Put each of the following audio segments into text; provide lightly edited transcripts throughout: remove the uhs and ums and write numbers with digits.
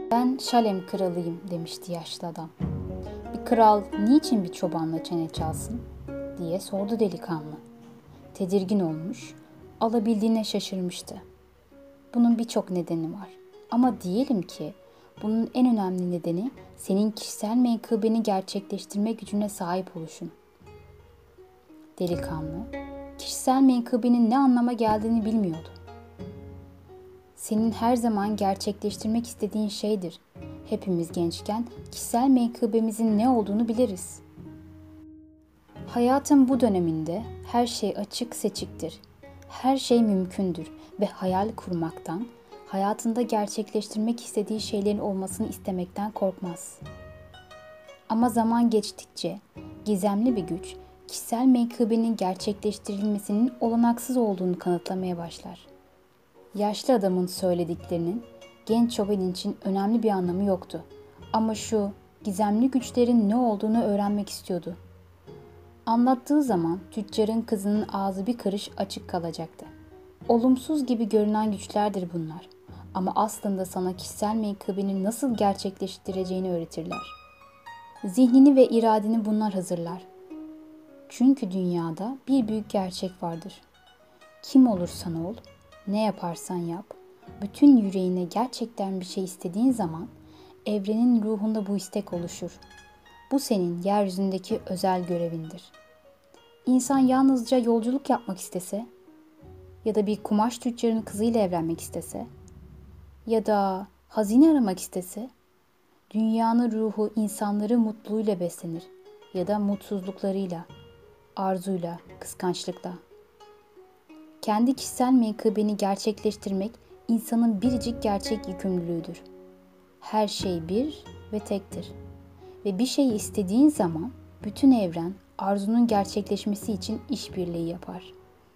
"Ben Şalem kralıyım," demişti yaşlı adam. "Bir kral niçin bir çobanla çene çalsın?" diye sordu delikanlı. Tedirgin olmuş, alabildiğine şaşırmıştı. "Bunun birçok nedeni var. Ama diyelim ki bunun en önemli nedeni senin kişisel menkıbeni gerçekleştirme gücüne sahip oluşun." Delikanlı, kişisel menkıbenin ne anlama geldiğini bilmiyordu. "Senin her zaman gerçekleştirmek istediğin şeydir. Hepimiz gençken kişisel menkıbemizin ne olduğunu biliriz. Hayatın bu döneminde her şey açık seçiktir. Her şey mümkündür ve hayal kurmaktan, hayatında gerçekleştirmek istediği şeylerin olmasını istemekten korkmaz. Ama zaman geçtikçe gizemli bir güç, kişisel menkıbenin gerçekleştirilmesinin olanaksız olduğunu kanıtlamaya başlar. Yaşlı adamın söylediklerinin genç çoban için önemli bir anlamı yoktu. Ama şu gizemli güçlerin ne olduğunu öğrenmek istiyordu. Anlattığı zaman tüccarın kızının ağzı bir karış açık kalacaktı. Olumsuz gibi görünen güçlerdir bunlar. Ama aslında sana kişisel menkıbeni nasıl gerçekleştireceğini öğretirler. Zihnini ve iradeni bunlar hazırlar. Çünkü dünyada bir büyük gerçek vardır. Kim olursan ol, ne yaparsan yap, bütün yüreğine gerçekten bir şey istediğin zaman evrenin ruhunda bu istek oluşur. Bu senin yeryüzündeki özel görevindir. İnsan yalnızca yolculuk yapmak istese ya da bir kumaş tüccarının kızıyla evlenmek istese ya da hazine aramak istese, dünyanın ruhu insanları mutluluğuyla beslenir ya da mutsuzluklarıyla, arzuyla, kıskançlıkla. Kendi kişisel menkıbeni gerçekleştirmek insanın biricik gerçek yükümlülüğüdür. Her şey bir ve tektir. Ve bir şeyi istediğin zaman bütün evren arzunun gerçekleşmesi için işbirliği yapar.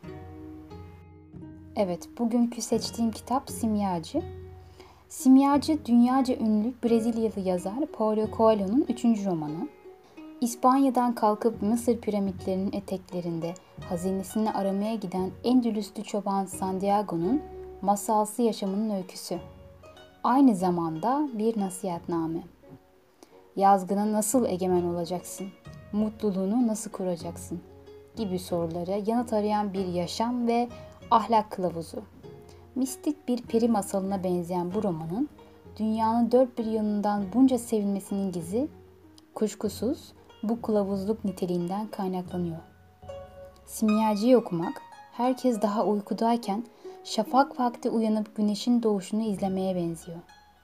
Evet, bugünkü seçtiğim kitap Simyacı. Simyacı, dünyaca ünlü Brezilyalı yazar Paulo Coelho'nun 3. romanı. İspanya'dan kalkıp Mısır piramitlerinin eteklerinde hazinesini aramaya giden Endülüslü çoban Santiago'nun masalsı yaşamının öyküsü. Aynı zamanda bir nasihatname. Yazgına nasıl egemen olacaksın? Mutluluğunu nasıl kuracaksın? Gibi sorulara yanıt arayan bir yaşam ve ahlak kılavuzu. Mistik bir peri masalına benzeyen bu romanın dünyanın dört bir yanından bunca sevilmesinin gizi kuşkusuz bu kılavuzluk niteliğinden kaynaklanıyor. Simyacıyı okumak, herkes daha uykudayken şafak vakti uyanıp güneşin doğuşunu izlemeye benziyor.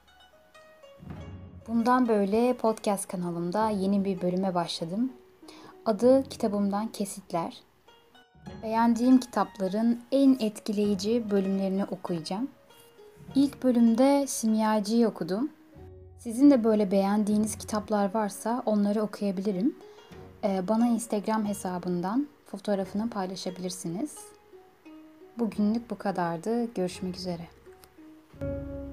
Bundan böyle podcast kanalımda yeni bir bölüme başladım. Adı kitabımdan kesitler. Beğendiğim kitapların en etkileyici bölümlerini okuyacağım. İlk bölümde Simyacıyı okudum. Sizin de böyle beğendiğiniz kitaplar varsa onları okuyabilirim. Bana Instagram hesabından fotoğrafını paylaşabilirsiniz. Bugünlük bu kadardı. Görüşmek üzere.